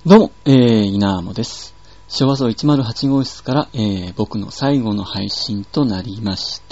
どうも、稲もです。昭和層108号室から、僕の最後の配信となりました。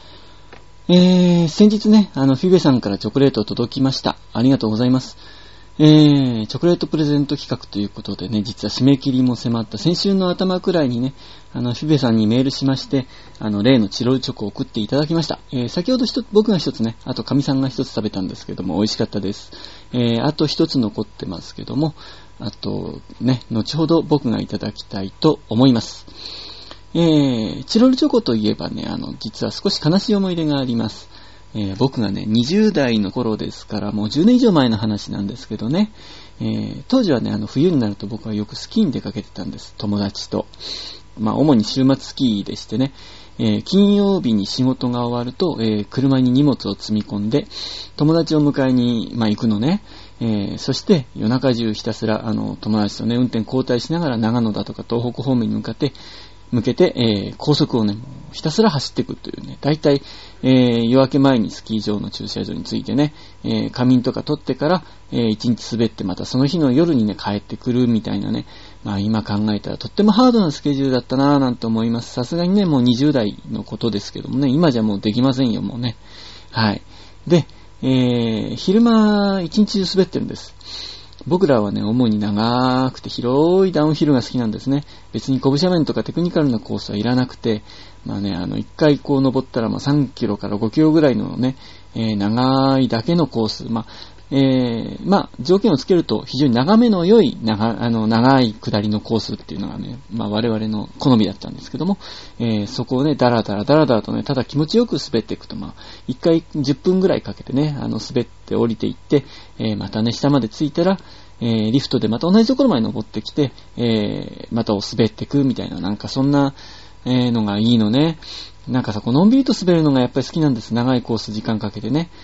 先日ね、フィベさんからチョコレート届きました。ありがとうございます。チョコレートプレゼント企画ということでね、実は締め切りも迫った先週の頭くらいにね、フィベさんにメールしまして、例のチロルチョコを送っていただきました。先ほど僕が一つね、あと神さんが一つ食べたんですけども、美味しかったです。あと一つ残ってますけども、あとね、後ほど僕がいただきたいと思います。チロルチョコといえばね、実は少し悲しい思い出があります。僕がね、20代の頃ですから、もう10年以上前の話なんですけどね、当時はね、冬になると僕はよくスキーに出かけてたんです。友達と。主に週末スキーでしてね、金曜日に仕事が終わると、車に荷物を積み込んで、友達を迎えに、行くのね。そして夜中中ひたすら、友達とね、運転交代しながら長野だとか東北方面に向けて、高速をね、ひたすら走っていくというね、だいたい、夜明け前にスキー場の駐車場に着いてね、仮眠とか取ってから、一日滑ってまたその日の夜にね、帰ってくるみたいなね、今考えたらとってもハードなスケジュールだったなぁなんて思います。さすがにね、もう20代のことですけどもね、今じゃもうできませんよ、もうね。はい。で、昼間一日中滑ってるんです。僕らはね、主に長くて広いダウンヒルが好きなんですね。別にコブ斜面とかテクニカルなコースはいらなくて、一回こう登ったら3キロから5キロぐらいのね、長いだけのコース。条件をつけると非常に眺めの良い長い下りのコースっていうのがね、我々の好みだったんですけども、そこをね、だらだらとね、ただ気持ちよく滑っていくと、一回10分ぐらいかけてね、滑って降りていって、またね、下まで着いたら、リフトでまた同じところまで登ってきて、また滑っていくみたいな、なんかそんな、のがいいのね。なんかさ、のんびりと滑るのがやっぱり好きなんです。長いコース時間かけてね。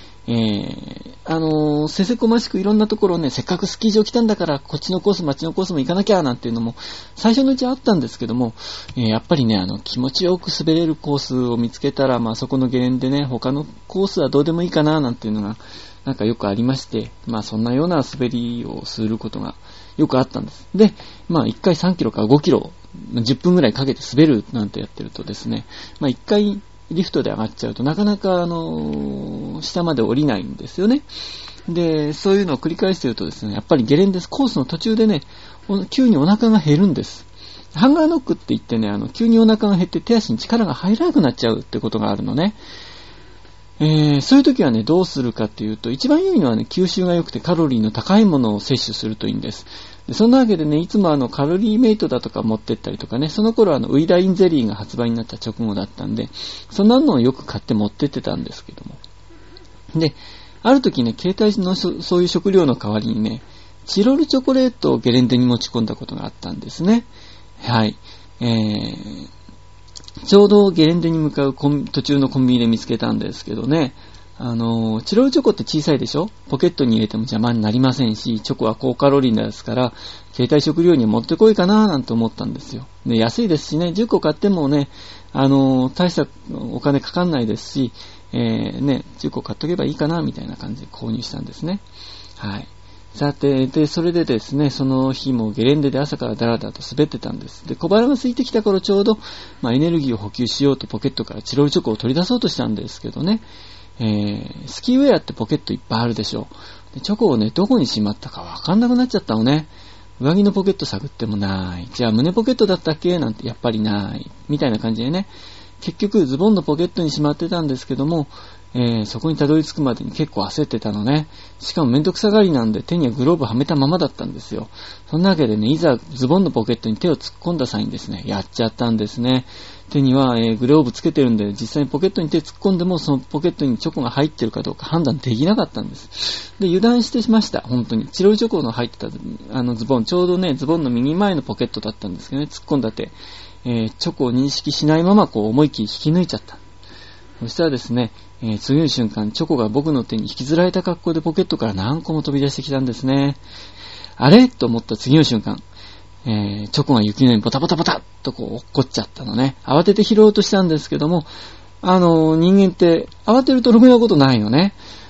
せせこましくいろんなところをね、せっかくスキー場来たんだから、こっちのコース、町のコースも行かなきゃなんていうのも、最初のうちはあったんですけども、やっぱりね、気持ちよく滑れるコースを見つけたら、そこのゲレンデね、他のコースはどうでもいいかななんていうのが、なんかよくありまして、そんなような滑りをすることがよくあったんです。で、1回3キロから5キロ、10分ぐらいかけて滑るなんてやってるとですね、1回リフトで上がっちゃうとなかなか下まで降りないんですよね。で、そういうのを繰り返しているとですね、やっぱりゲレンデコースの途中でね、急にお腹が減るんです。ハンガーノックって言ってね、急にお腹が減って手足に力が入らなくなっちゃうってことがあるのね。そういう時はね、どうするかっていうと、一番良いのはね、吸収が良くてカロリーの高いものを摂取するといいんです。でそんなわけでね、いつもカロリーメイトだとか持ってったりとかね、その頃ウイダインゼリーが発売になった直後だったんで、そんなのをよく買って持ってってたんですけども。で、ある時ね、携帯のそういう食料の代わりにね、チロルチョコレートをゲレンデに持ち込んだことがあったんですね。はい。ちょうどゲレンデに向かう途中のコンビニで見つけたんですけどね、チロルチョコって小さいでしょ？ポケットに入れても邪魔になりませんし、チョコは高カロリーですから、携帯食料に持ってこいかななんて思ったんですよ。で、安いですしね、10個買ってもね、大したお金かかんないですし、10個買っとけばいいかなみたいな感じで購入したんですね。はい。さて、で、それでですね、その日もゲレンデで朝からダラダラと滑ってたんです。で、小腹が空いてきた頃ちょうど、エネルギーを補給しようとポケットからチロルチョコを取り出そうとしたんですけどね、スキーウェアってポケットいっぱいあるでしょう。で、チョコをね、どこにしまったかわかんなくなっちゃったのね。上着のポケット探ってもない。じゃあ胸ポケットだったっけなんてやっぱりない。みたいな感じでね、結局ズボンのポケットにしまってたんですけども、そこにたどり着くまでに結構焦ってたのね。しかもめんどくさがりなんで手にはグローブはめたままだったんですよ。そんなわけでね、いざズボンのポケットに手を突っ込んだ際にですね、やっちゃったんですね。手には、グローブつけてるんで、実際にポケットに手突っ込んでもそのポケットにチョコが入ってるかどうか判断できなかったんです。で、油断してしました。本当に。チロルチョコの入ってたズボン、ちょうどね、ズボンの右前のポケットだったんですけどね、突っ込んだ手。チョコを認識しないまま思い切り引き抜いちゃった。そしたらですね、次の瞬間、チョコが僕の手に引きずられた格好でポケットから何個も飛び出してきたんですね。あれと思った次の瞬間、チョコが雪のようにボタボタボタっと落っこっちゃったのね。慌てて拾おうとしたんですけども、人間って慌てるとろくなことないのね。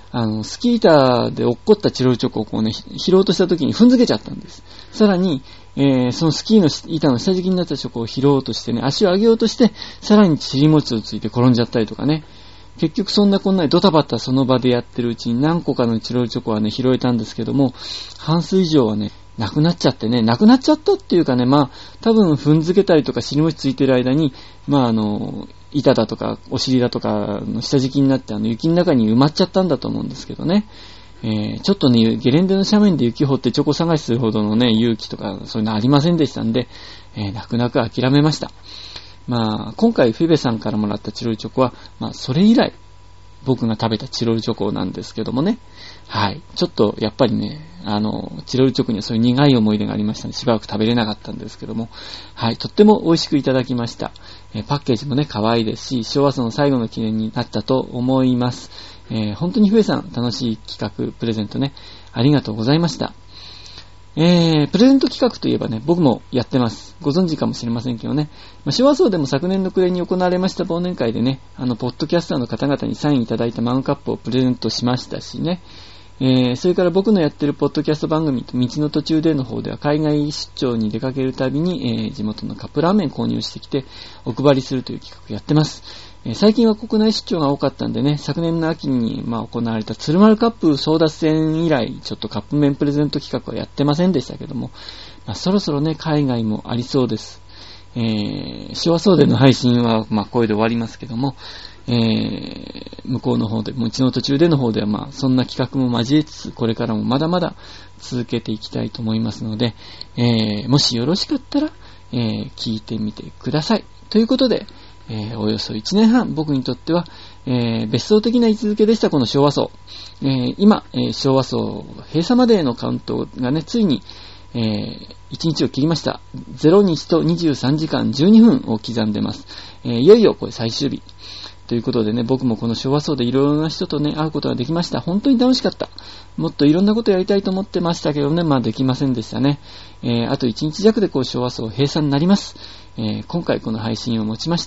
スキー板で落っこったチロルチョコをこうね、拾おうとした時に踏んづけちゃったんです。さらに、そのスキーの板の下敷きになったチョコを拾おうとしてね、足を上げようとして、さらに尻餅をついて転んじゃったりとかね。結局そんなこんなにドタバタその場でやってるうちに何個かのチロルチョコはね、拾えたんですけども、半数以上はね、なくなっちゃってね、なくなっちゃったっていうかね、多分踏んづけたりとか尻餅ついてる間に、板だとかお尻だとかの下敷きになって雪の中に埋まっちゃったんだと思うんですけどね。ちょっとね、ゲレンデの斜面で雪掘ってチョコ探しするほどのね、勇気とかそういうのありませんでしたんで、泣く泣く諦めました。今回フィベさんからもらったチロルチョコは、それ以来僕が食べたチロルチョコなんですけどもね。はい。ちょっとやっぱりね、チロルチョコにはそういう苦い思い出がありましたので、しばらく食べれなかったんですけども、はい。とっても美味しくいただきました。パッケージもね、可愛いですし、昭和層の最後の記念になったと思います。本当にフェさん、楽しい企画、プレゼントね、ありがとうございました。プレゼント企画といえばね、僕もやってます。ご存知かもしれませんけどね。昭和層でも昨年の暮れに行われました忘年会でね、ポッドキャスターの方々にサインいただいたマグカップをプレゼントしましたしね。それから僕のやってるポッドキャスト番組と道の途中での方では海外出張に出かけるたびに、地元のカップラーメン購入してきてお配りするという企画をやってます。最近は国内出張が多かったんでね、昨年の秋に行われた鶴丸カップ争奪戦以来、ちょっとカップ麺プレゼント企画はやってませんでしたけども、そろそろね、海外もありそうです。昭和送電の配信は、これで終わりますけども、向こうの方で、うちの途中での方では、そんな企画も交えつつ、これからもまだまだ続けていきたいと思いますので、もしよろしかったら、聞いてみてください。ということで、およそ1年半、僕にとっては、別荘的な位置づけでしたこの昭和層。今、昭和層閉鎖までのカウントがね、ついに、1日を切りました。0日と23時間12分を刻んでます。いよいよこれ最終日。ということでね、僕もこの昭和層でいろいろな人とね、会うことができました。本当に楽しかった。もっといろんなことやりたいと思ってましたけどね、できませんでしたね。あと1日弱で昭和層閉鎖になります。今回この配信をもちまして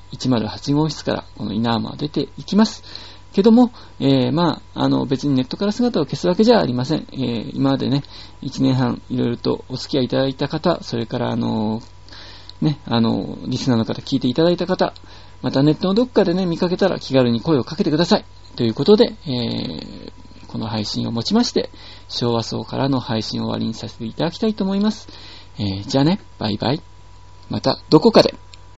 、108号室からこの稲浜は出ていきます。けども、別にネットから姿を消すわけじゃありません。今までね、1年半いろいろとお付き合いいただいた方、それからリスナーの方聞いていただいた方、またネットのどこかでね、見かけたら気軽に声をかけてください。ということで、この配信をもちまして、昭和層からの配信を終わりにさせていただきたいと思います。じゃあね、バイバイ。またどこかで。